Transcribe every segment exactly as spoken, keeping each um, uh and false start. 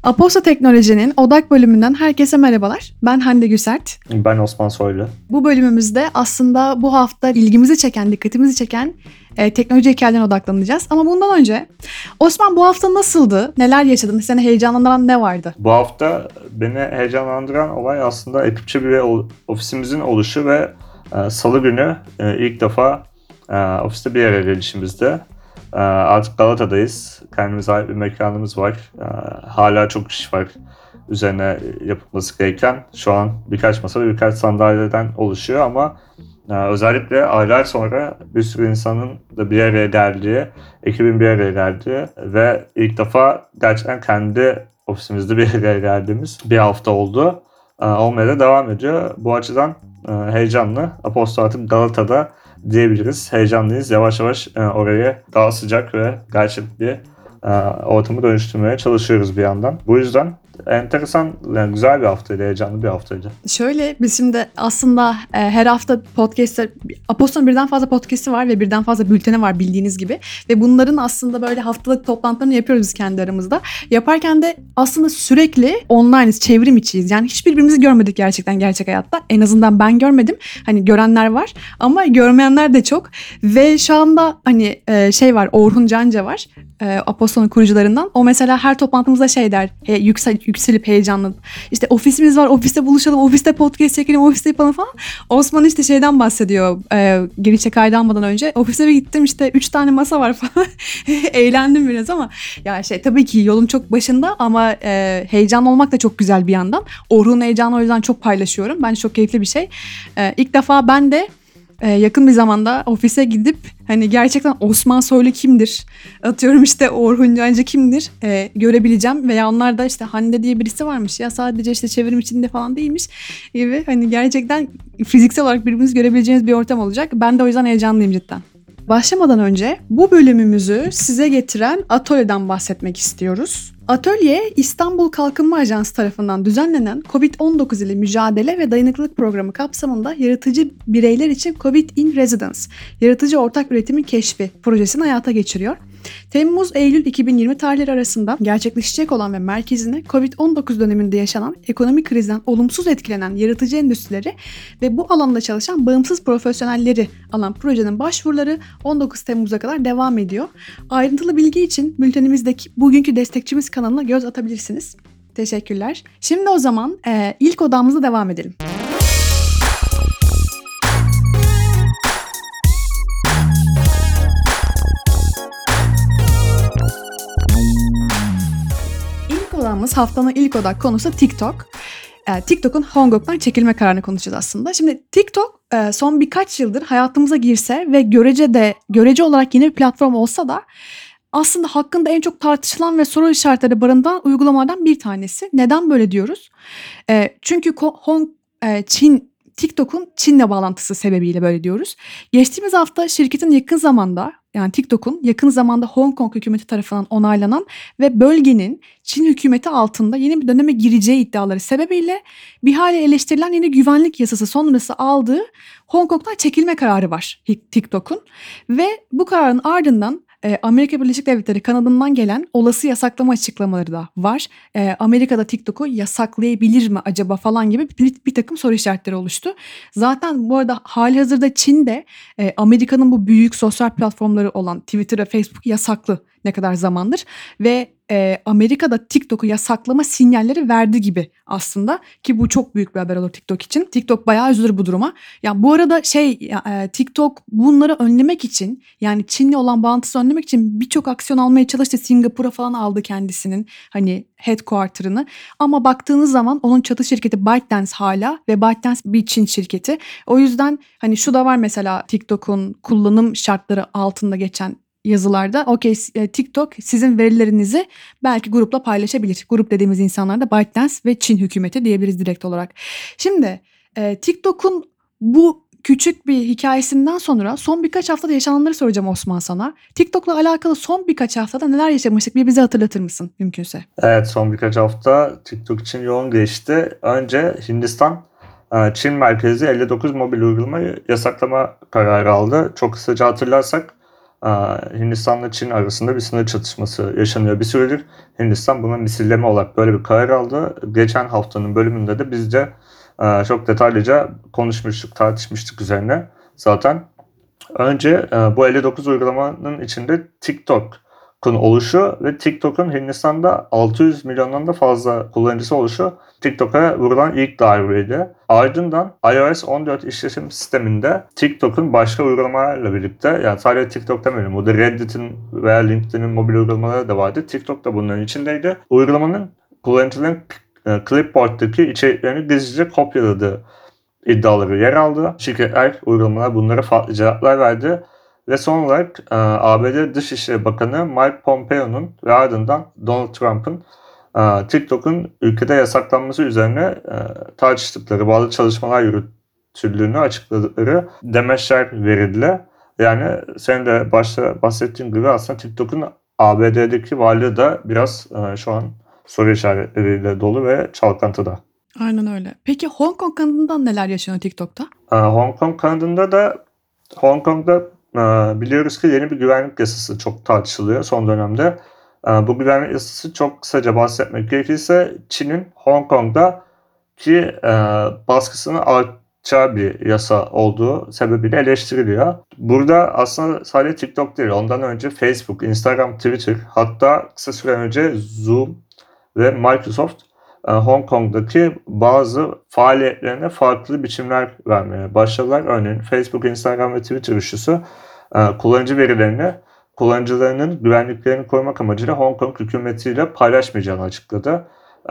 Aposto Teknoloji'nin Odak bölümünden herkese merhabalar. Ben Hande Güsert. Ben Osman Soylu. Bu bölümümüzde aslında bu hafta ilgimizi çeken, dikkatimizi çeken e, teknoloji hikayelerine odaklanacağız. Ama bundan önce Osman bu hafta nasıldı? Neler yaşadın? Seni heyecanlandıran ne vardı? Bu hafta beni heyecanlandıran olay aslında ekipçe bir ofisimizin oluşu ve e, salı günü e, ilk defa e, ofiste bir araya gelişimizde. E, artık Galata'dayız. Kendimize ait bir mekanımız var. E, hala çok iş var üzerine yapılması gereken. Şu an birkaç masa ve birkaç sandalyeden oluşuyor ama e, özellikle aylar sonra bir sürü insanın da bir araya geldiği, ekibin bir araya geldiği ve ilk defa gerçekten kendi ofisimizde bir araya geldiğimiz bir hafta oldu. E, olmaya da devam ediyor. Bu açıdan e, heyecanlı. Aposto artık Galata'da diyebiliriz. Heyecanlıyız. Yavaş yavaş e, orayı daha sıcak ve gerçek bir e, ortamı dönüştürmeye çalışıyoruz bir yandan. Bu yüzden enteresan, yani güzel bir haftaydı, heyecanlı bir haftaydı. Şöyle, biz şimdi aslında e, her hafta podcast'ler, Aposto'nun birden fazla podcast'i var ve birden fazla bülteni var bildiğiniz gibi. Ve bunların aslında böyle haftalık toplantılarını yapıyoruz biz kendi aramızda. Yaparken de aslında sürekli online'ız, çevrim içiyiz. Yani hiç birbirimizi görmedik gerçekten gerçek hayatta. En azından ben görmedim. Hani görenler var ama görmeyenler de çok. Ve şu anda hani e, şey var, Orhun Canca var. E, Aposto'nun kurucularından. O mesela her toplantımızda şey der, he, yüksel, yükselip heyecanlı. İşte ofisimiz var, ofiste buluşalım, ofiste podcast çekelim, ofiste yapalım falan. Osman işte şeyden bahsediyor e, girişe kaydı almadan önce. Ofise bir gittim, işte üç tane masa var falan. Eğlendim biraz ama ya şey tabii ki yolun çok başında ama e, heyecan olmak da çok güzel bir yandan. Orhun'un heyecanı o yüzden çok paylaşıyorum. Bence çok keyifli bir şey. E, ilk defa ben de Ee, yakın bir zamanda ofise gidip hani gerçekten Osman Soylu kimdir? Atıyorum işte Orhun Cancı kimdir? Ee, görebileceğim veya onlar da işte Hande diye birisi varmış ya sadece işte çevrim içinde falan değilmiş gibi hani gerçekten fiziksel olarak birbirimizi görebileceğimiz bir ortam olacak. Ben de o yüzden heyecanlıyım cidden. Başlamadan önce bu bölümümüzü size getiren Atölye'den bahsetmek istiyoruz. Atölye, İstanbul Kalkınma Ajansı tarafından düzenlenen covid on dokuz ile mücadele ve dayanıklılık programı kapsamında yaratıcı bireyler için Covid in Residence, yaratıcı ortak üretimin keşfi projesini hayata geçiriyor. Temmuz-Eylül iki bin yirmi tarihleri arasında gerçekleşecek olan ve merkezine covid on dokuz döneminde yaşanan ekonomik krizden olumsuz etkilenen yaratıcı endüstrileri ve bu alanda çalışan bağımsız profesyonelleri alan projenin başvuruları on dokuz Temmuz'a kadar devam ediyor. Ayrıntılı bilgi için bültenimizdeki bugünkü destekçimiz kanalına göz atabilirsiniz. Teşekkürler. Şimdi o zaman e, ilk odamıza devam edelim. Odamız, haftanın ilk odak konusu TikTok. Ee, TikTok'un Hong Kong'dan çekilme kararını konuşacağız aslında. Şimdi TikTok e, son birkaç yıldır hayatımıza girse ve görece de görece olarak yeni bir platform olsa da aslında hakkında en çok tartışılan ve soru işaretleri barındıran uygulamalardan bir tanesi. Neden böyle diyoruz? E, çünkü Hong e, Çin TikTok'un Çin'le bağlantısı sebebiyle böyle diyoruz. Geçtiğimiz hafta şirketin yakın zamanda yani TikTok'un yakın zamanda Hong Kong hükümeti tarafından onaylanan ve bölgenin Çin hükümeti altında yeni bir döneme gireceği iddiaları sebebiyle bir hale eleştirilen yeni güvenlik yasası sonrası aldığı Hong Kong'dan çekilme kararı var TikTok'un. Ve bu kararın ardından Amerika Birleşik Devletleri kanadından gelen olası yasaklama açıklamaları da var. E, Amerika'da TikTok'u yasaklayabilir mi acaba falan gibi bir, bir takım soru işaretleri oluştu. Zaten bu arada halihazırda Çin'de e, Amerika'nın bu büyük sosyal platformları olan Twitter ve Facebook yasaklı ne kadar zamandır ve e, Amerika'da TikTok'u yasaklama sinyalleri verdi gibi aslında ki bu çok büyük bir haber olur TikTok için. TikTok bayağı üzülür bu duruma. Ya bu arada şey e, TikTok bunları önlemek için yani Çin'le olan bağlantısı önlemek için birçok aksiyon almaya çalıştı. Singapur'a falan aldı kendisinin hani headquarter'ını ama baktığınız zaman onun çatı şirketi ByteDance hala ve ByteDance bir Çin şirketi. O yüzden hani şu da var mesela TikTok'un kullanım şartları altında geçen yazılarda okey TikTok sizin verilerinizi belki grupla paylaşabilir. Grup dediğimiz insanlar da ByteDance ve Çin hükümeti diyebiliriz direkt olarak. Şimdi e, TikTok'un bu küçük bir hikayesinden sonra son birkaç haftada yaşananları soracağım Osman sana. TikTok'la alakalı son birkaç haftada neler yaşamıştık bir bize hatırlatır mısın mümkünse? Evet, son birkaç hafta TikTok için yoğun geçti. Önce Hindistan Çin merkezli elli dokuz mobil uygulamayı yasaklama kararı aldı. Çok kısaca hatırlarsak Hindistan'la Çin arasında bir sınır çatışması yaşanıyor bir süredir. Hindistan buna misilleme olarak böyle bir karar aldı. Geçen haftanın bölümünde de biz de çok detaylıca konuşmuştuk, tartışmıştık üzerine zaten. Önce bu elli dokuz uygulamanın içinde TikTok'un oluşu ve TikTok'un Hindistan'da altı yüz milyondan da fazla kullanıcısı oluşu TikTok'a vurulan ilk darbeydi. Ardından iOS on dört işletim sisteminde TikTok'un başka uygulamalarla birlikte, yani sadece TikTok demeyelim, burada Reddit'in veya LinkedIn'in mobil uygulamaları da vardı. TikTok da bunların içindeydi. Uygulamanın kullanıcıların Clipboard'daki içeriklerini gizlice kopyaladığı iddiaları yer aldı. Şirketler, uygulamalar bunlara farklı cevaplar verdi. Ve son olarak A B D Dışişleri Bakanı Mike Pompeo'nun ve ardından Donald Trump'ın TikTok'un ülkede yasaklanması üzerine tartıştıkları, bazı çalışmalar yürütüldüğünü açıkladıkları demeçler verildi. Yani senin de başta bahsettiğin gibi aslında TikTok'un A B D'deki varlığı da biraz şu an soru işaretleriyle dolu ve çalkantıda. Aynen öyle. Peki Hong Kong kanadından neler yaşanıyor TikTok'ta? Hong Kong kanadında da Hong Kong'da biliyoruz ki yeni bir güvenlik yasası çok tartışılıyor son dönemde. Bu güvenlik yasası, çok kısaca bahsetmek gerekirse, Çin'in Hong Kong'daki baskısını artacağı bir yasa olduğu sebebiyle eleştiriliyor. Burada aslında sadece TikTok değil, ondan önce Facebook, Instagram, Twitter, hatta kısa süre önce Zoom ve Microsoft Hong Kong'daki bazı faaliyetlerine farklı biçimler vermeye başladılar. Örneğin Facebook, Instagram ve Twitter üçlüsü kullanıcı verilerini kullanıcılarının güvenliklerini korumak amacıyla Hong Kong hükümetiyle paylaşmayacağını açıkladı.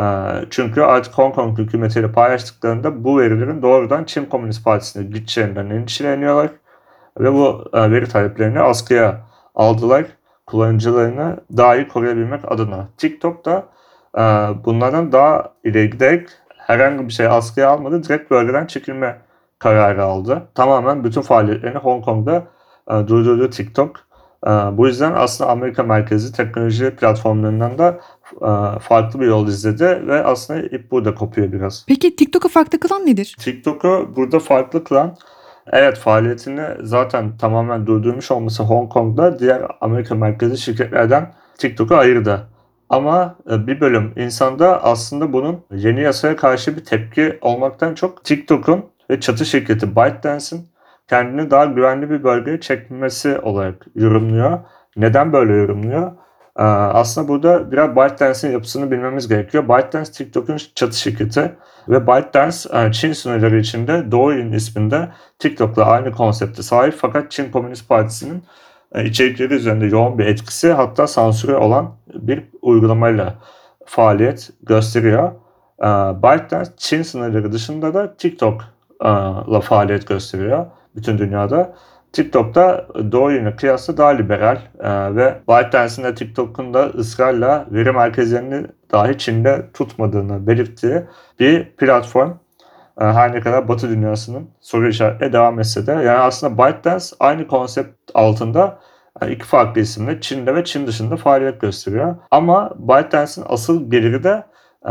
Çünkü artık Hong Kong hükümetiyle paylaştıklarında bu verilerin doğrudan Çin Komünist Partisi'ne gideceğinden endişeleniyorlar ve bu veri taleplerini askıya aldılar, kullanıcılarını daha iyi koruyabilmek adına. TikTok da bunlardan daha ileri giderek herhangi bir şey askıya almadı, direkt bölgeden çekilme kararı aldı. Tamamen bütün faaliyetlerini Hong Kong'da e, durdurdu TikTok. E, bu yüzden aslında Amerika merkezli teknoloji platformlarından da e, farklı bir yol izledi ve aslında ip burada kopuyor biraz. Peki TikTok'u farklı kılan nedir? TikTok'u burada farklı kılan, evet, faaliyetini zaten tamamen durdurmuş olması Hong Kong'da diğer Amerika merkezli şirketlerden TikTok'u ayırdı. Ama bir bölüm insanda aslında bunun yeni yasaya karşı bir tepki olmaktan çok TikTok'un ve çatı şirketi ByteDance'in kendini daha güvenli bir bölgeye çekmesi olarak yorumluyor. Neden böyle yorumluyor? Aslında burada biraz ByteDance'in yapısını bilmemiz gerekiyor. ByteDance TikTok'un çatı şirketi ve ByteDance Çin sınırları içinde Douyin isminde TikTok'la aynı konsepte sahip, fakat Çin Komünist Partisi'nin içerikleri üzerinde yoğun bir etkisi, hatta sansürü olan bir uygulamayla faaliyet gösteriyor. ByteDance Çin sınırları dışında da TikTok'la faaliyet gösteriyor bütün dünyada. TikTok'ta Douyin'e kıyasla daha liberal ve ByteDance'in de TikTok'un da ısrarla veri merkezlerini dahi Çin'de tutmadığını belirttiği bir platform. Her ne kadar Batı dünyasının soru işaretle devam etse de, yani aslında ByteDance aynı konsept altında iki farklı isimle Çin'de ve Çin dışında faaliyet gösteriyor. Ama ByteDance'in asıl geliri de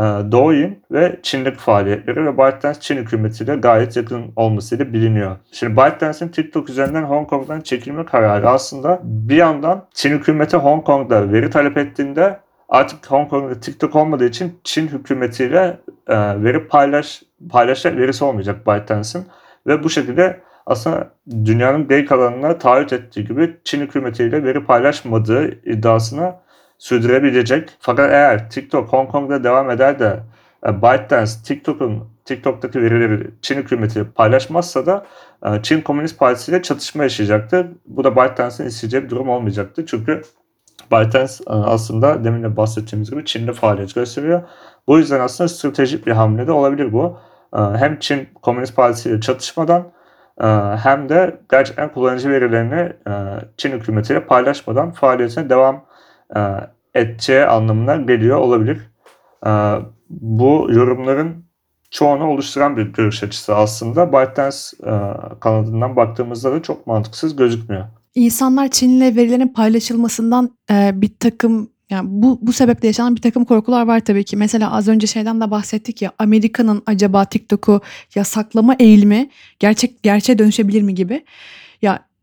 Douyin ve Çin'deki faaliyetleri ve ByteDance Çin hükümetiyle gayet yakın olmasıyla biliniyor. Şimdi ByteDance'in TikTok üzerinden Hong Kong'dan çekilme kararı aslında bir yandan Çin hükümeti Hong Kong'da veri talep ettiğinde artık Hong Kong'da TikTok olmadığı için Çin hükümetiyle e, veri paylaş paylaşacak verisi olmayacak ByteDance'in ve bu şekilde aslında dünyanın geri kalanına taahhüt ettiği gibi Çin hükümetiyle veri paylaşmadığı iddiasını sürdürebilecek. Fakat eğer TikTok Hong Kong'da devam eder de e, ByteDance TikTok'un TikTok'taki verileri Çin hükümetiyle paylaşmazsa da e, Çin Komünist Partisi ile çatışma yaşayacaktır. Bu da ByteDance'in isteyeceği bir durum olmayacaktır. Çünkü ByteDance aslında demin de bahsettiğimiz gibi Çin'de faaliyet gösteriyor. Bu yüzden aslında stratejik bir hamle de olabilir bu. Hem Çin Komünist Partisi ile çatışmadan hem de gerçekten kullanıcı verilerini Çin hükümetiyle paylaşmadan faaliyetine devam edeceği anlamına geliyor olabilir. Bu yorumların çoğunu oluşturan bir görüş açısı aslında. ByteDance kanadından baktığımızda da çok mantıksız gözükmüyor. İnsanlar Çin'le verilerin paylaşılmasından e, bir takım, yani bu bu sebeple yaşanan bir takım korkular var tabii ki. Mesela az önce şeyden de bahsettik ya, Amerika'nın acaba TikTok'u yasaklama eğilimi gerçek gerçeğe dönüşebilir mi gibi. Ya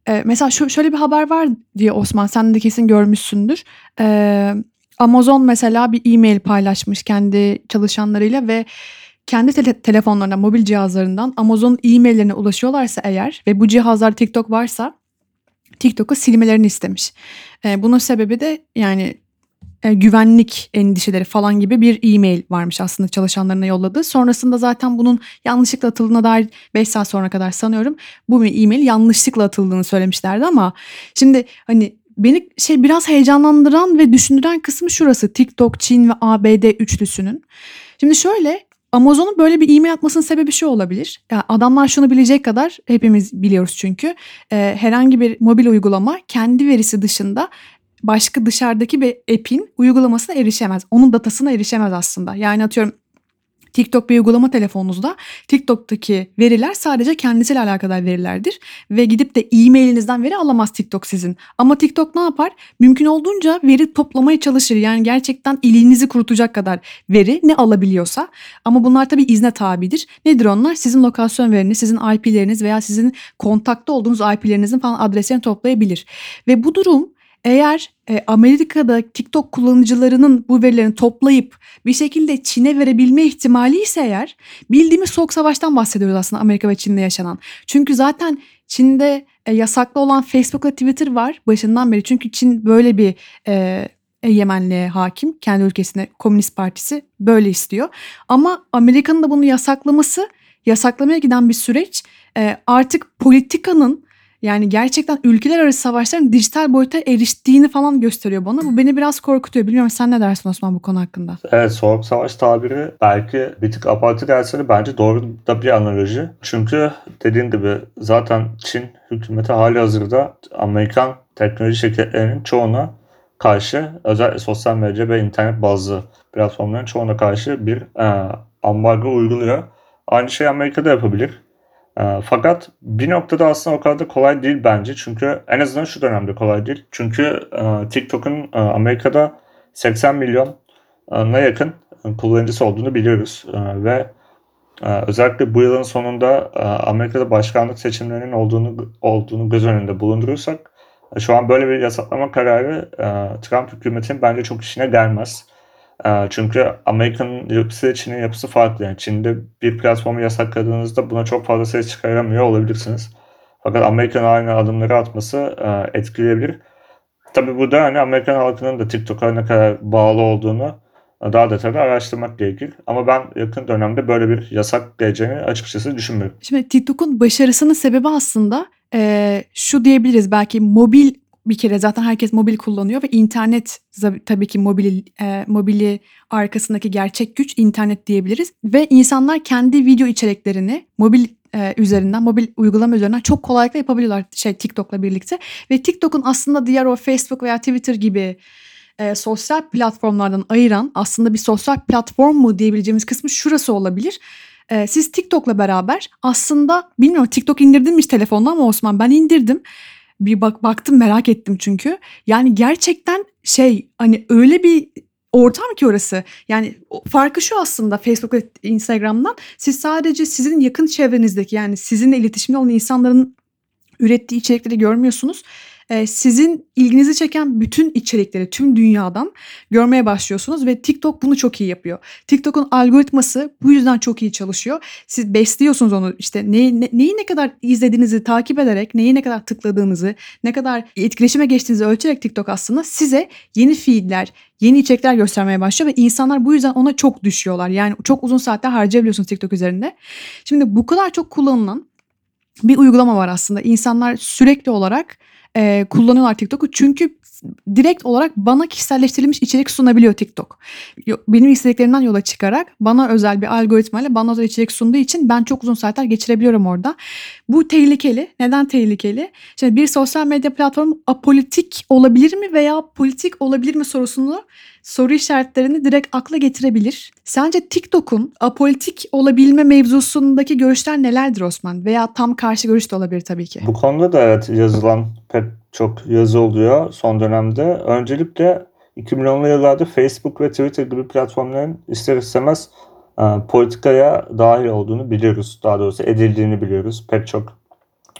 Ee, mesela şu, şöyle bir haber var diye Osman, sen de kesin görmüşsündür. Ee, Amazon mesela bir e-mail paylaşmış kendi çalışanlarıyla ve kendi tele- telefonlarından, mobil cihazlarından Amazon e-maillerine ulaşıyorlarsa eğer ve bu cihazlarda TikTok varsa TikTok'u silmelerini istemiş. Ee, bunun sebebi de yani e, güvenlik endişeleri falan gibi bir e-mail varmış aslında çalışanlarına yolladığı. Sonrasında zaten bunun yanlışlıkla atıldığına dair beş saat sonra kadar sanıyorum bu e-mail yanlışlıkla atıldığını söylemişlerdi ama şimdi hani beni şey biraz heyecanlandıran ve düşündüren kısmı şurası: TikTok, Çin ve A B D üçlüsünün. Şimdi şöyle, Amazon'un böyle bir e-mail atmasının sebebi şu olabilir. Yani adamlar şunu bilecek kadar, hepimiz biliyoruz çünkü, e, herhangi bir mobil uygulama kendi verisi dışında başka dışarıdaki bir app'in uygulamasına erişemez. Onun datasına erişemez aslında. Yani atıyorum TikTok bir uygulama telefonunuzda, TikTok'taki veriler sadece kendisiyle alakadar verilerdir. Ve gidip de e-mailinizden veri alamaz TikTok sizin. Ama TikTok ne yapar? Mümkün olduğunca veri toplamaya çalışır. Yani gerçekten ilinizi kurutacak kadar veri ne alabiliyorsa. Ama bunlar tabii izne tabidir. Nedir onlar? Sizin lokasyon veriniz, sizin I P'leriniz veya sizin kontakta olduğunuz I P'lerinizin falan adreslerini toplayabilir. Ve bu durum eğer e, Amerika'da TikTok kullanıcılarının bu verilerini toplayıp bir şekilde Çin'e verebilme ihtimali ise eğer, bildiğimiz soğuk savaştan bahsediyoruz aslında Amerika ve Çin'de yaşanan. Çünkü zaten Çin'de e, yasaklı olan Facebook ve Twitter var başından beri. Çünkü Çin böyle bir e, egemenliğe hakim. Kendi ülkesine Komünist Partisi böyle istiyor. Ama Amerika'nın da bunu yasaklaması, yasaklamaya giden bir süreç e, artık politikanın, yani gerçekten ülkeler arası savaşların dijital boyuta eriştiğini falan gösteriyor bana. Bu beni biraz korkutuyor. Bilmiyorum, sen ne dersin Osman bu konu hakkında? Evet, soğuk savaş tabiri belki bir tık abartı gelse de bence doğru da bir analoji. Çünkü dediğin gibi zaten Çin hükümeti hali hazırda Amerikan teknoloji şirketlerinin çoğuna karşı, özellikle sosyal medya ve internet bazlı platformların çoğuna karşı bir e, ambargo uyguluyor. Aynı şey Amerika'da yapabilir. E, fakat bir noktada aslında o kadar da kolay değil bence. Çünkü en azından şu dönemde kolay değil. Çünkü e, TikTok'un e, Amerika'da seksen milyona yakın kullanıcısı olduğunu biliyoruz. E, ve e, özellikle bu yılın sonunda e, Amerika'da başkanlık seçimlerinin olduğunu olduğunu göz önünde bulundurursak e, şu an böyle bir yasaklama kararı e, Trump hükümetinin bence çok işine gelmez. E, çünkü Amerika'nın yapısı ile Çin'in yapısı farklı. Yani Çin'de bir platformu yasakladığınızda buna çok fazla ses çıkaramıyor olabilirsiniz. Fakat Amerika'nın aynı adımları atması e, etkileyebilir. Tabii burada hani Amerikan halkının da TikTok'a ne kadar bağlı olduğunu e, daha detaylı araştırmak gerekir. Ama ben yakın dönemde böyle bir yasak geleceğini açıkçası düşünmüyorum. Şimdi TikTok'un başarısının sebebi aslında eee, şu diyebiliriz: belki mobil, bir kere zaten herkes mobil kullanıyor ve internet za- tabii ki mobil, eee, mobili arkasındaki gerçek güç internet diyebiliriz. Ve insanlar kendi video içeriklerini mobil eee, üzerinden, mobil uygulama üzerinden çok kolaylıkla yapabiliyorlar şey TikTok'la birlikte. Ve TikTok'un aslında diğer o Facebook veya Twitter gibi e, sosyal platformlardan ayıran, aslında bir sosyal platform mu diyebileceğimiz kısmı şurası olabilir. E, siz TikTok'la beraber aslında, bilmiyorum TikTok indirdin mi hiç telefonda, ama Osman ben indirdim. Bir bak baktım, merak ettim çünkü. Yani gerçekten şey, hani öyle bir ortam ki orası. Yani o- farkı şu aslında Facebook ve Instagram'dan: siz sadece sizin yakın çevrenizdeki, yani sizinle iletişimde olan insanların ürettiği içerikleri görmüyorsunuz. Ee, sizin ilginizi çeken bütün içerikleri tüm dünyadan görmeye başlıyorsunuz ve TikTok bunu çok iyi yapıyor. TikTok'un algoritması bu yüzden çok iyi çalışıyor. Siz besliyorsunuz onu, işte neyi, ne, neyi ne kadar izlediğinizi takip ederek, neyi ne kadar tıkladığınızı, ne kadar etkileşime geçtiğinizi ölçerek TikTok aslında size yeni feedler, yeni içerikler göstermeye başlıyor ve insanlar bu yüzden ona çok düşüyorlar. Yani çok uzun saatler harcayabiliyorsunuz TikTok üzerinde. Şimdi bu kadar çok kullanılan bir uygulama var aslında. İnsanlar sürekli olarak e, kullanıyorlar TikTok'u. Çünkü direkt olarak bana kişiselleştirilmiş içerik sunabiliyor TikTok. Yo- Benim istediklerimden yola çıkarak bana özel bir algoritmayla bana özel içerik sunduğu için ben çok uzun saatler geçirebiliyorum orada. Bu tehlikeli. Neden tehlikeli? Şimdi bir sosyal medya platformu apolitik olabilir mi veya politik olabilir mi sorusunu, soru işaretlerini direkt akla getirebilir. Sence TikTok'un apolitik olabilme mevzusundaki görüşler nelerdir Osman? Veya tam karşı görüş de olabilir tabii ki. Bu konuda da evet yazılan pek çok yazı oluyor son dönemde. Öncelikle iki bin onlu yıllarda Facebook ve Twitter gibi platformların ister istemez e, politikaya dahil olduğunu biliyoruz. Daha doğrusu edildiğini biliyoruz. Pek çok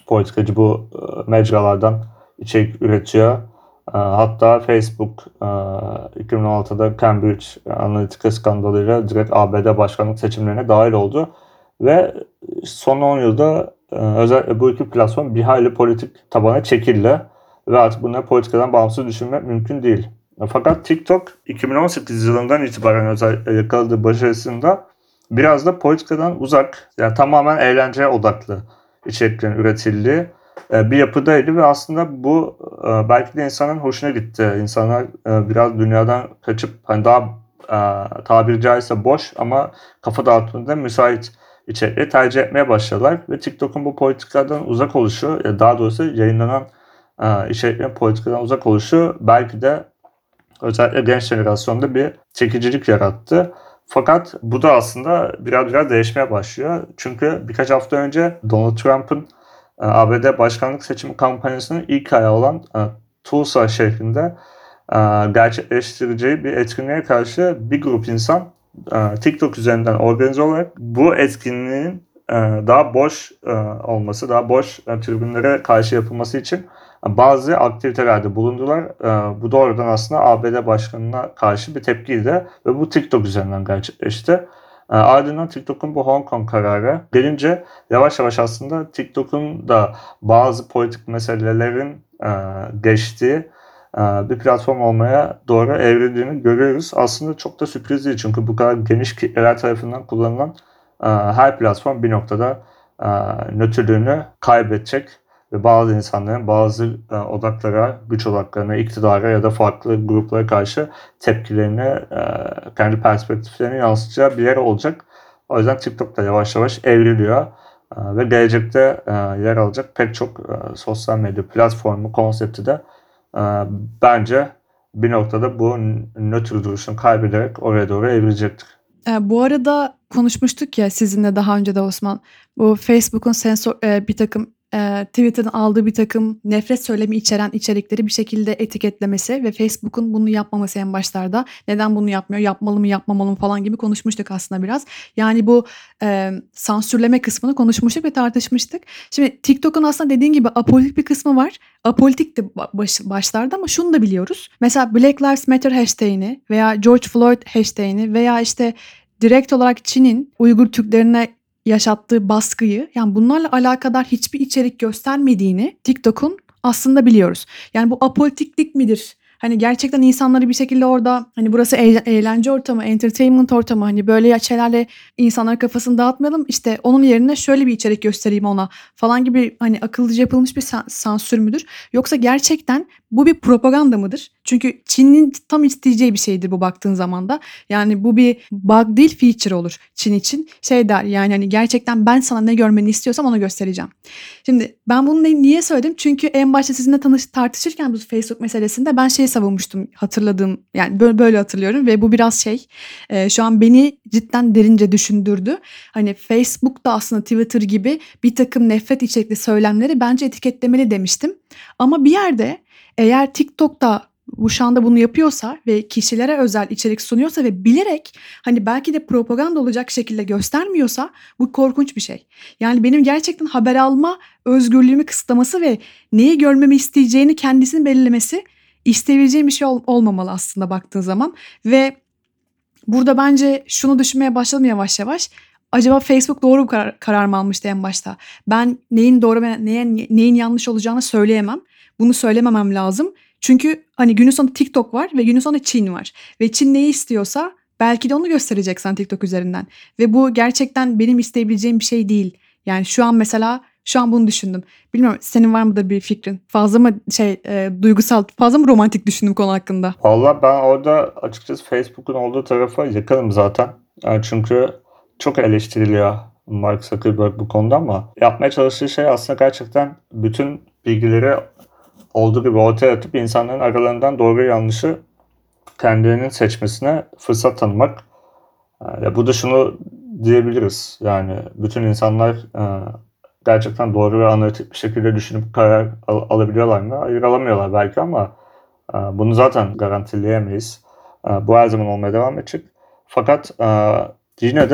politikacı bu e, mecralardan içerik üretiyor. E, hatta Facebook e, iki bin on altıda Cambridge Analytica skandalıyla direkt A B D başkanlık seçimlerine dahil oldu. Ve son on yılda e, özellikle bu iki platform bir hayli politik tabana çekildi. Ve artık bunları politikadan bağımsız düşünmek mümkün değil. Fakat TikTok iki bin on sekiz yılından itibaren özellikle yakaladığı başarısında biraz da politikadan uzak, yani tamamen eğlenceye odaklı içeriklerin üretildiği bir yapıdaydı ve aslında bu belki de insanın hoşuna gitti. İnsanlar biraz dünyadan kaçıp hani daha tabiri caizse boş ama kafa dağıtmada müsait içerikleri tercih etmeye başladılar ve TikTok'un bu politikadan uzak oluşu, daha doğrusu yayınlanan içeriklerin politikadan uzak oluşu belki de özellikle genç jenerasyonda bir çekicilik yarattı. Fakat bu da aslında biraz biraz değişmeye başlıyor. Çünkü birkaç hafta önce Donald Trump'ın A B D başkanlık seçimi kampanyasının ilk ayağı olan Tulsa şehrinde gerçekleştireceği bir etkinliğe karşı bir grup insan TikTok üzerinden organize olarak bu etkinliğin daha boş olması, daha boş tribünlere karşı yapılması için bazı aktivitelerde bulundular. Bu doğrudan aslında A B D başkanına karşı bir tepkiydi ve bu TikTok üzerinden gerçekleşti. Ardından TikTok'un bu Hong Kong kararı gelince yavaş yavaş aslında TikTok'un da bazı politik meselelerin geçtiği bir platform olmaya doğru evrildiğini görüyoruz. Aslında çok da sürpriz değil çünkü bu kadar geniş kitleler tarafından kullanılan her platform bir noktada nötrlüğünü kaybedecek ve bazı insanların bazı odaklara, güç odaklarına, iktidara ya da farklı gruplara karşı tepkilerini, kendi perspektiflerini yansıtacağı bir yer olacak. O yüzden TikTok da yavaş yavaş evriliyor ve gelecekte yer alacak pek çok sosyal medya platformu konsepti de bence bir noktada bu nötr duruşunu kaybederek oraya doğru evrilecektir. E, bu arada konuşmuştuk ya sizinle daha önce de Osman. Bu Facebook'un sensör e, bir takım e, Twitter'ın aldığı bir takım nefret söylemi içeren içerikleri bir şekilde etiketlemesi ve Facebook'un bunu yapmaması en başlarda. Neden bunu yapmıyor? Yapmalı mı, yapmamalı mı falan gibi konuşmuştuk aslında biraz. Yani bu e, sansürleme kısmını konuşmuştuk ve tartışmıştık. Şimdi TikTok'un aslında dediğin gibi apolitik bir kısmı var. Apolitik de baş, başlarda ama şunu da biliyoruz. Mesela Black Lives Matter hashtag'ini veya George Floyd hashtag'ini veya işte direkt olarak Çin'in Uygur Türklerine yaşattığı baskıyı, yani bunlarla alakadar hiçbir içerik göstermediğini TikTok'un aslında biliyoruz. Yani bu apolitiklik midir? Hani gerçekten insanları bir şekilde orada hani burası eğlence ortamı, entertainment ortamı, hani böyle şeylerle insanlar kafasını dağıtmayalım. İşte onun yerine şöyle bir içerik göstereyim ona falan gibi hani akıllıca yapılmış bir sansür müdür? Yoksa gerçekten bu bir propaganda mıdır? Çünkü Çin'in tam isteyeceği bir şeydir bu baktığın zaman da. Yani bu bir bug değil, feature olur Çin için. Şey der yani hani gerçekten ben sana ne görmeni istiyorsam onu göstereceğim. Şimdi ben bunu niye söyledim? Çünkü en başta sizinle tanış tartışırken bu Facebook meselesinde ben şey savunmuştum, hatırladığım yani böyle, böyle hatırlıyorum ve bu biraz şey e, şu an beni cidden derince düşündürdü. Hani Facebook da aslında Twitter gibi bir takım nefret içerikli söylemleri bence etiketlemeli demiştim. Ama bir yerde eğer TikTok'ta bu şu anda bunu yapıyorsa ve kişilere özel içerik sunuyorsa ve bilerek hani belki de propaganda olacak şekilde göstermiyorsa bu korkunç bir şey. Yani benim gerçekten haber alma özgürlüğümü kısıtlaması ve neyi görmemi isteyeceğini kendisinin belirlemesi isteyebileceğim bir şey ol- olmamalı aslında baktığın zaman. Ve burada bence şunu düşünmeye başladım yavaş yavaş. Acaba Facebook doğru bir karar, karar mı almıştı en başta? Ben neyin doğru ve neyin, neyin yanlış olacağını söyleyemem. Bunu söylememem lazım. Çünkü hani günün sonunda TikTok var ve günün sonunda Çin var. Ve Çin neyi istiyorsa belki de onu göstereceksen TikTok üzerinden. Ve bu gerçekten benim isteyebileceğim bir şey değil. Yani şu an mesela şu an bunu düşündüm. Bilmiyorum, senin var mıdır bir fikrin? Fazla mı şey e, duygusal, fazla mı romantik düşündüm konu hakkında? Valla ben orada açıkçası Facebook'un olduğu tarafa yakınım zaten. Yani çünkü çok eleştiriliyor Mark Zuckerberg bu konuda ama yapmaya çalıştığı şey aslında gerçekten bütün bilgileri olduğu gibi ortaya atıp insanların aralarından doğru yanlışı kendilerinin seçmesine fırsat tanımak. Ya bu da şunu diyebiliriz. Yani bütün insanlar e, gerçekten doğru ve analitik bir şekilde düşünüp karar al- alabiliyorlar mı? Hayır, alamıyorlar belki ama e, bunu zaten garantileyemeyiz. E, bu her zaman olmaya devam edecek. Fakat e, yine de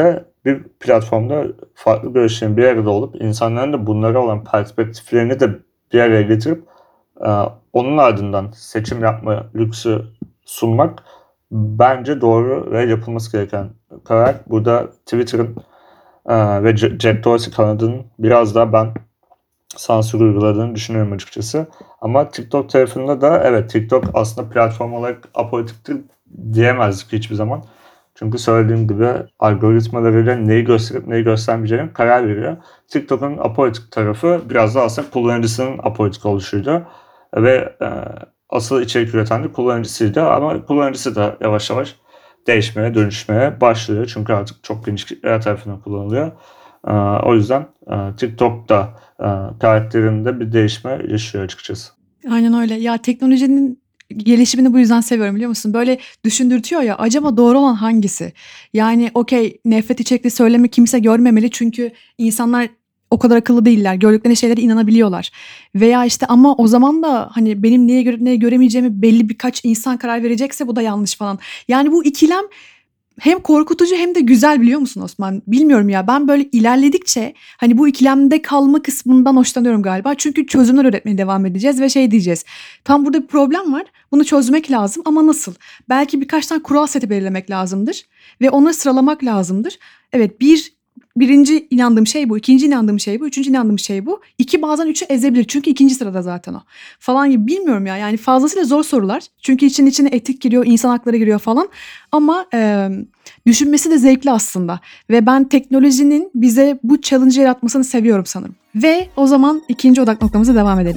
bir platformda farklı görüşlerin bir arada olup insanların da bunlara olan perspektiflerini de bir araya getirip e, onun ardından seçim yapma lüksü sunmak bence doğru ve yapılması gereken karar. Burada Twitter'ın e, ve Jack Dorsey kanadının biraz daha ben sansür uyguladığını düşünüyorum açıkçası. Ama TikTok tarafında da evet, TikTok aslında platform olarak apolitiktir diyemezdik hiçbir zaman. Çünkü söylediğim gibi algoritmalarıyla neyi gösterip neyi göstermeyeceğine karar veriyor. TikTok'un apolitik tarafı biraz da aslında kullanıcısının apolitik oluşuydu. Ve e, asıl içerik üreten de kullanıcısıydı. Ama kullanıcısı da yavaş yavaş değişmeye, dönüşmeye başlıyor. Çünkü artık çok geniş kitleler tarafından kullanılıyor. E, o yüzden e, TikTok'ta e, karakterinde bir değişme yaşıyor açıkçası. Aynen öyle. Ya teknolojinin gelişimini bu yüzden seviyorum, biliyor musun? Böyle düşündürtüyor ya, acaba doğru olan hangisi? Yani okey, nefret içerikli söylemi kimse görmemeli çünkü insanlar o kadar akıllı değiller. Gördükleri şeylere inanabiliyorlar. Veya işte ama o zaman da hani benim neye görüp neye göremeyeceğimi belli birkaç insan karar verecekse bu da yanlış falan. Yani bu ikilem hem korkutucu hem de güzel, biliyor musun Osman? Bilmiyorum ya, ben böyle ilerledikçe hani bu ikilemde kalma kısmından hoşlanıyorum galiba. Çünkü çözümler üretmeye devam edeceğiz ve şey diyeceğiz. Tam burada bir problem var. Bunu çözmek lazım ama nasıl? Belki birkaç tane kural seti belirlemek lazımdır ve onları sıralamak lazımdır. Evet, bir birinci inandığım şey bu, ikinci inandığım şey bu, üçüncü inandığım şey bu. İki bazen üçü ezebilir çünkü ikinci sırada zaten o. Falan gibi, bilmiyorum ya. Yani fazlasıyla zor sorular. Çünkü için içine etik giriyor, insan hakları giriyor falan. Ama e, düşünmesi de zevkli aslında. Ve ben teknolojinin bize bu challenge yaratmasını seviyorum sanırım. Ve o zaman ikinci odak noktamıza devam edelim.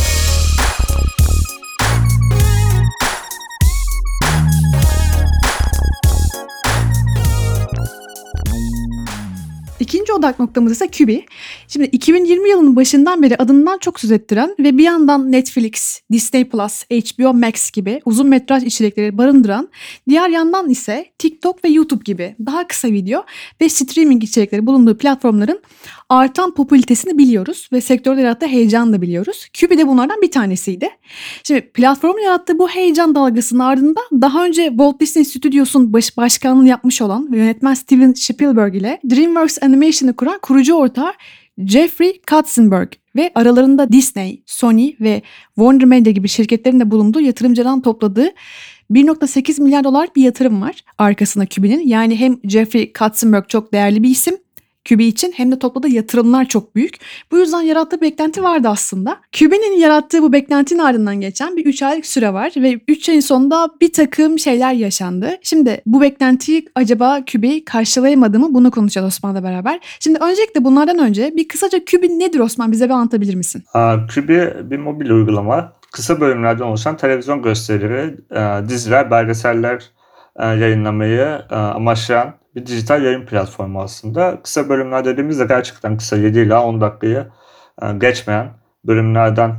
İkinci odak noktamız ise Quibi. Şimdi iki bin yirmi yılının başından beri adından çok söz ettiren ve bir yandan Netflix, Disney Plus, H B O Max gibi uzun metraj içerikleri barındıran, diğer yandan ise TikTok ve YouTube gibi daha kısa video ve streaming içerikleri bulunduğu platformların artan popülaritesini biliyoruz ve sektörde yarattığı heyecanı da biliyoruz. Quibi de bunlardan bir tanesiydi. Şimdi platformun yarattığı bu heyecan dalgasının ardında daha önce Walt Disney Studios'un baş, başkanlığını yapmış olan ve yönetmen Steven Spielberg ile DreamWorks Animation'ı kuran kurucu ortağı Jeffrey Katzenberg ve aralarında Disney, Sony ve Warner Media gibi şirketlerin de bulunduğu yatırımcıdan topladığı bir virgül sekiz milyar dolar bir yatırım var arkasında Quibi'nin. Yani hem Jeffrey Katzenberg çok değerli bir isim Quibi için hem de topladığı yatırımlar çok büyük. Bu yüzden yarattığı beklenti vardı aslında. Quibi'nin yarattığı bu beklentinin ardından geçen bir üç aylık süre var ve üç ayın sonunda bir takım şeyler yaşandı. Şimdi bu beklentiyi acaba Quibi karşılayamadı mı, bunu konuşacağız Osman'la beraber. Şimdi öncelikle bunlardan önce bir kısaca Quibi nedir Osman, bize bir anlatabilir misin? Quibi bir mobil uygulama. Kısa bölümlerden oluşan televizyon gösterileri, diziler, belgeseller yayınlamayı amaçlayan bir dijital yayın platformu aslında. Kısa bölümler dediğimizde gerçekten kısa, yedi ila on dakikayı geçmeyen bölümlerden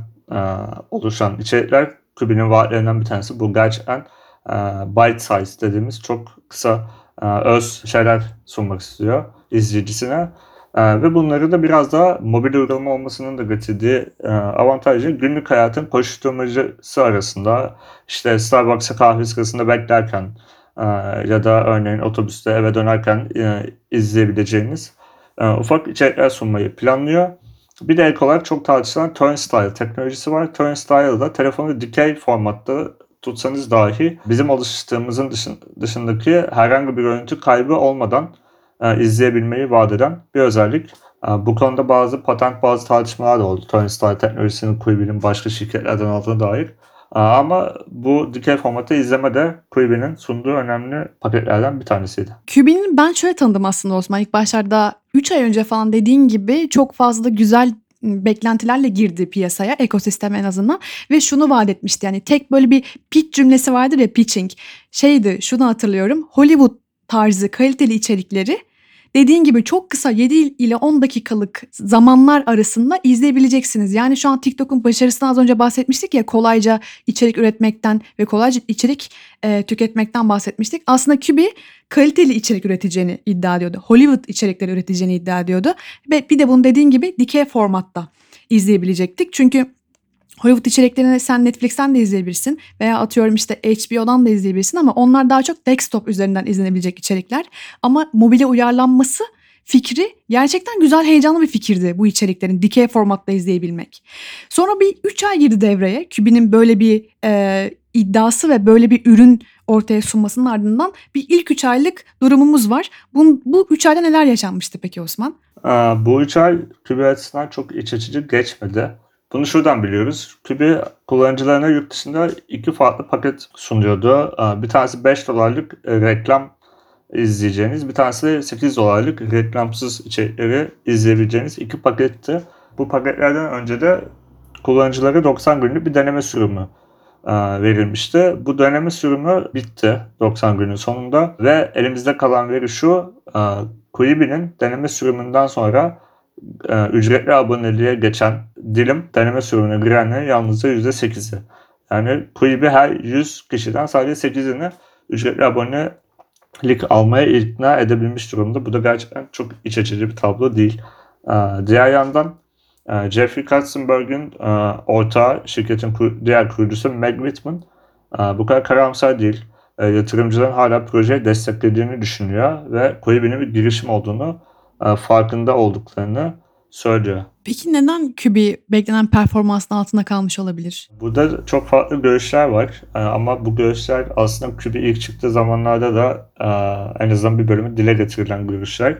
oluşan içerikler Quibi'nin vaatlerinden bir tanesi. Bu gerçekten bite size dediğimiz çok kısa, öz şeyler sunmak istiyor izleyicisine. Ve bunları da biraz daha mobil uygulama olmasının da getirdiği avantajı günlük hayatın koşuşturmacası arasında, işte Starbucks'a kahve sırasında beklerken ya da örneğin otobüste eve dönerken izleyebileceğiniz ufak içerikler sunmayı planlıyor. Bir de ek olarak çok tartışılan Turnstile teknolojisi var. Turnstile'da telefonu dikey formatta tutsanız dahi bizim alıştığımızın dışındaki herhangi bir görüntü kaybı olmadan izleyebilmeyi vaat eden bir özellik. Bu konuda bazı patent, bazı tartışmalar da oldu. Turnstile teknolojisinin Quibi'nin başka şirketlerden aldığına dair. Ama bu dikey formatı izleme de Quibi'nin sunduğu önemli paketlerden bir tanesiydi. Quibi'nin ben şöyle tanıdım aslında Osman. İlk başlarda üç ay önce falan dediğin gibi çok fazla güzel beklentilerle girdi piyasaya, ekosisteme en azından, ve şunu vaat etmişti. Yani tek böyle bir pitch cümlesi vardır ya, pitching. Şeydi, şunu hatırlıyorum. Hollywood tarzı kaliteli içerikleri dediğin gibi çok kısa yedi ile on dakikalık zamanlar arasında izleyebileceksiniz. Yani şu an TikTok'un başarısından az önce bahsetmiştik ya, kolayca içerik üretmekten ve kolayca içerik e, tüketmekten bahsetmiştik. Aslında Quibi kaliteli içerik üreteceğini iddia ediyordu. Hollywood içerikleri üreteceğini iddia ediyordu. Ve bir de bunun dediğin gibi dikey formatta izleyebilecektik. Çünkü Hollywood içeriklerini sen Netflix'ten de izleyebilirsin veya atıyorum işte H B O'dan da izleyebilirsin ama onlar daha çok desktop üzerinden izlenebilecek içerikler. Ama mobile uyarlanması fikri gerçekten güzel, heyecanlı bir fikirdi bu içeriklerin dikey formatta izleyebilmek. Sonra bir üç ay girdi devreye. Quibi'nin böyle bir e, iddiası ve böyle bir ürün ortaya sunmasının ardından bir ilk üç aylık durumumuz var. Bu, bu üç ayda neler yaşanmıştı peki Osman? Aa, bu üç ay Quibi açısından çok iç açıcı geçmedi. Bunu şuradan biliyoruz. Quibi kullanıcılarına yurt dışında iki farklı paket sunuyordu. Aa, Bir tanesi beş dolarlık e, reklam izleyeceğiniz, bir tanesi de sekiz dolarlık reklamsız içerikleri izleyebileceğiniz iki paketti. Bu paketlerden önce de kullanıcılara doksan günlük bir deneme sürümü e, verilmişti. Bu deneme sürümü bitti doksan günün sonunda ve elimizde kalan veri şu: e, Quibi'nin deneme sürümünden sonra e, ücretli aboneliğe geçen dilim deneme sürümüne girenlerin yalnızca yüzde sekizi. Yani Quibi her yüz kişiden sadece sekizini ücretli abonelik almaya ikna edebilmiş durumda. Bu da gerçekten çok iç açıcı bir tablo değil. E, diğer yandan e, Jeffrey Katzenberg'in e, ortağı, şirketin kur- diğer kurucusu Meg Whitman e, bu kadar karamsar değil. E, yatırımcıların hala projeyi desteklediğini düşünüyor ve Quibi'nin bir girişim olduğunu e, farkında olduklarını söylüyor. Peki neden Quibi beklenen performansın altında kalmış olabilir? Burada çok farklı görüşler var. E, ama bu görüşler aslında Quibi ilk çıktığı zamanlarda da e, en azından bir bölümü dile getirilen görüşler.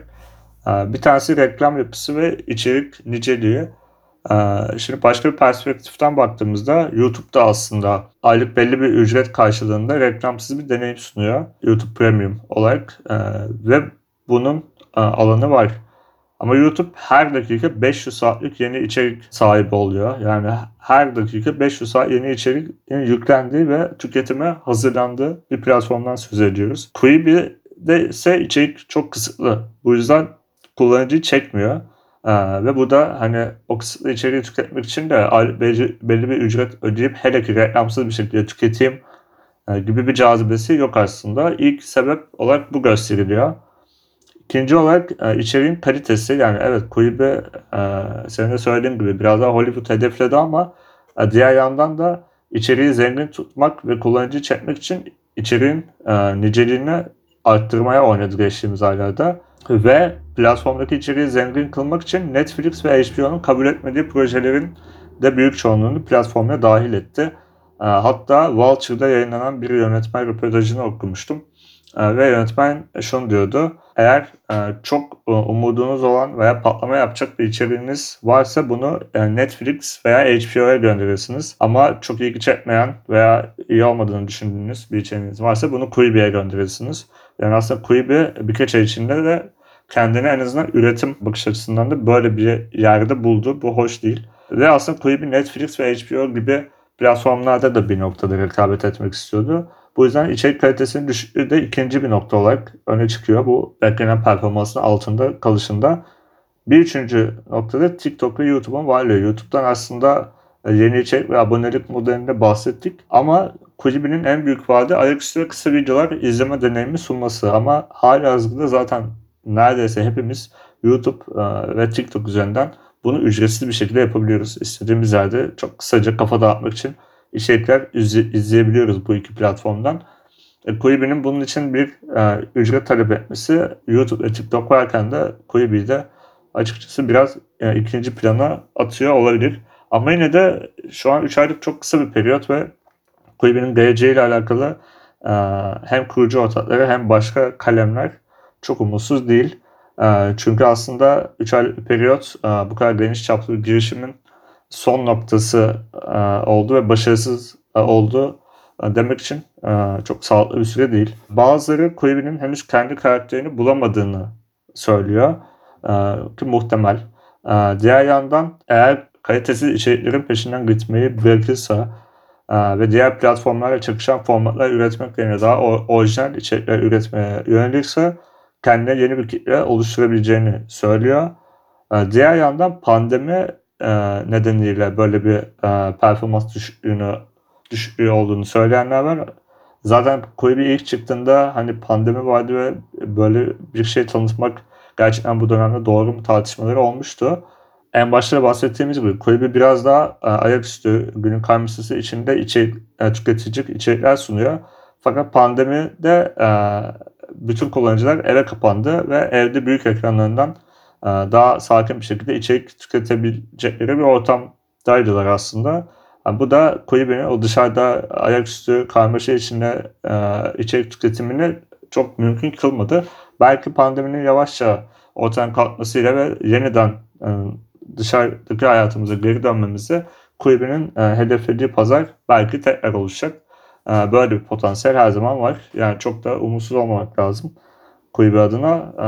E, bir tanesi reklam yapısı ve içerik niceliği. E, şimdi başka bir perspektiften baktığımızda YouTube da aslında aylık belli bir ücret karşılığında reklamsız bir deneyim sunuyor. YouTube Premium olarak E, ve bunun e, alanı var. Ama YouTube her dakika beş yüz saatlik yeni içerik sahibi oluyor. Yani her dakika beş yüz saat yeni içerik yüklendiği ve tüketime hazırlandığı bir platformdan söz ediyoruz. Quibi'de ise içerik çok kısıtlı. Bu yüzden kullanıcıyı çekmiyor. Ee, ve bu da hani o kısıtlı içeriği tüketmek için de belli, belli bir ücret ödeyip hele ki reklamsız bir şekilde tüketeyim e, gibi bir cazibesi yok aslında. İlk sebep olarak bu gösteriliyor. İkinci olarak e, içeriğin kalitesi. Yani evet, Quibi e, senin de söylediğin gibi biraz daha Hollywood hedefledi ama e, diğer yandan da içeriği zengin tutmak ve kullanıcıyı çekmek için içeriğin e, niceliğini arttırmaya oynadı geçtiğimiz aylarda. Ve platformdaki içeriği zengin kılmak için Netflix ve H B O'nun kabul etmediği projelerin de büyük çoğunluğunu platformuna dahil etti. E, hatta Vulture'da yayınlanan bir yönetmen röportajını okumuştum. E, ve yönetmen şunu diyordu: eğer e, çok e, umudunuz olan veya patlama yapacak bir içeriğiniz varsa bunu e, Netflix veya H B O'ya gönderirsiniz. Ama çok ilgi çekmeyen veya iyi olmadığını düşündüğünüz bir içeriğiniz varsa bunu Quibi'ye gönderirsiniz. Yani aslında Quibi birkaç ay içinde de kendini en azından üretim bakış açısından da böyle bir yerde buldu. Bu hoş değil. Ve aslında Quibi Netflix ve H B O gibi platformlarda da bir noktada rekabet etmek istiyordu. Bu yüzden içerik kalitesinin düşüklüğü de ikinci bir nokta olarak öne çıkıyor. Bu beklenen performansın altında kalışında. Bir üçüncü noktada TikTok ve YouTube'un varlığı. YouTube'dan aslında yeni içerik ve abonelik modelinde bahsettik. Ama Quibi'nin en büyük vaadi ayaküstü ve kısa videolar izleme deneyimi sunması. Ama halihazırda zaten neredeyse hepimiz YouTube ve TikTok üzerinden bunu ücretsiz bir şekilde yapabiliyoruz. İstediğimiz yerde çok kısaca kafa dağıtmak için içerikler izleyebiliyoruz bu iki platformdan. E, Quibi'nin bunun için bir e, ücret talep etmesi YouTube ve TikTok varken de Quibi'yi de açıkçası biraz e, ikinci plana atıyor olabilir. Ama yine de şu an üç aylık çok kısa bir periyot ve Quibi'nin geleceğiyle alakalı e, hem kurucu ortakları hem başka kalemler çok umutsuz değil. E, çünkü aslında üç aylık bir periyot e, bu kadar geniş çaplı bir girişimin son noktası e, oldu ve başarısız e, oldu e, demek için e, çok sağlıklı bir süre değil. Bazıları Quibi'nin henüz kendi karakterini bulamadığını söylüyor e, ki muhtemel. E, diğer yandan eğer kalitesiz içeriklerin peşinden gitmeyi bırakırsa e, ve diğer platformlarla çakışan formatlar üretmek yerine daha orijinal içerikler üretmeye yönelirse kendine yeni bir kitle oluşturabileceğini söylüyor. E, diğer yandan pandemi e, nedeniyle böyle bir e, performans düşüklüğünü düşüklüğü olduğunu söyleyenler var. Zaten Quibi ilk çıktığında hani pandemi vardı ve böyle bir şey tanıtmak gerçekten bu dönemde doğru mu tartışmaları olmuştu. en başta da bahsettiğimiz gibi Quibi biraz daha e, ayaküstü günün karmaşası içinde içerik, e, tüketici içerikler sunuyor. Fakat pandemide e, bütün kullanıcılar eve kapandı ve evde büyük ekranlarından e, daha sakin bir şekilde içerik tüketebilecekleri bir ortamdaydılar aslında. Yani bu da Quibi'nin o dışarıda ayaküstü karmaşa içinde e, içerik tüketimini çok mümkün kılmadı. Belki pandeminin yavaşça ortadan kalkmasıyla ve yeniden e, dışarıdaki hayatımıza geri dönmemizi Quibi'nin e, hedeflediği pazar belki tekrar oluşacak. E, böyle bir potansiyel her zaman var. Yani çok da umutsuz olmamak lazım Quibi adına. E,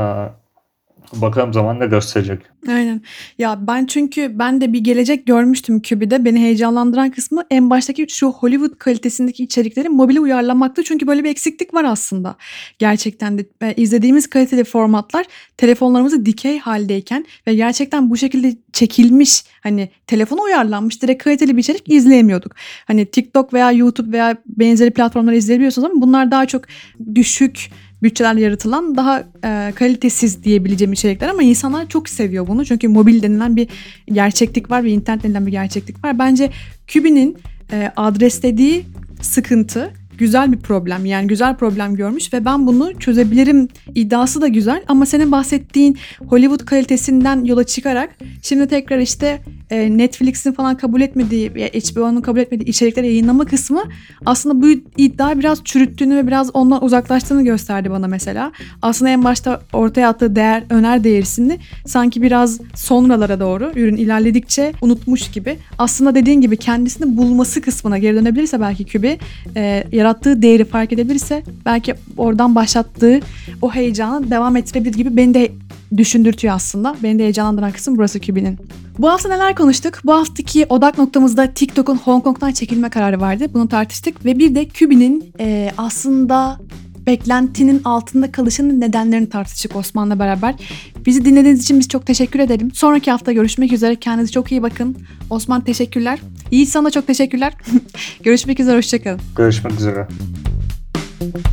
bakalım zaman ne gösterecek. Aynen. Ya ben çünkü ben de bir gelecek görmüştüm Quibi'de. Beni heyecanlandıran kısmı en baştaki şu Hollywood kalitesindeki içerikleri mobile uyarlamaktı. Çünkü böyle bir eksiklik var aslında. Gerçekten de e, izlediğimiz kaliteli formatlar telefonlarımızı dikey haldeyken ve gerçekten bu şekilde çekilmiş, hani telefona uyarlanmış direkt kaliteli bir içerik izleyemiyorduk. Hani TikTok veya YouTube veya benzeri platformları izleyebiliyorsunuz ama bunlar daha çok düşük bütçelerle yaratılan daha e, kalitesiz diyebileceğim içerikler ama insanlar çok seviyor bunu. Çünkü mobil denilen bir gerçeklik var ve internet denilen bir gerçeklik var. Bence Quibi'nin e, adreslediği sıkıntı güzel bir problem. Yani güzel problem görmüş ve ben bunu çözebilirim iddiası da güzel. Ama senin bahsettiğin Hollywood kalitesinden yola çıkarak şimdi tekrar işte e, Netflix'in falan kabul etmediği, H B O'nun kabul etmediği içerikleri yayınlama kısmı aslında bu iddia biraz çürüttüğünü ve biraz ondan uzaklaştığını gösterdi bana mesela. Aslında en başta ortaya attığı değer, öner değersini sanki biraz sonralara doğru ürün ilerledikçe unutmuş gibi. Aslında dediğin gibi kendisini bulması kısmına geri dönebilirse belki Quibi e, yarattığı değeri fark edebilirse belki oradan başlattığı o heyecanı devam ettirebilir gibi beni de düşündürtüyor aslında. Beni de heyecanlandıran kısım burası Quibi'nin. Bu hafta neler konuştuk? Bu haftaki odak noktamızda TikTok'un Hong Kong'dan çekilme kararı vardı. Bunu tartıştık ve bir de Quibi'nin e, aslında beklentinin altında kalışının nedenlerini tartıştık Osman'la beraber. Bizi dinlediğiniz için biz çok teşekkür edelim. Sonraki hafta görüşmek üzere. Kendinize çok iyi bakın. Osman teşekkürler. Yiğit sana çok teşekkürler. Görüşmek üzere. Hoşçakalın. Görüşmek üzere.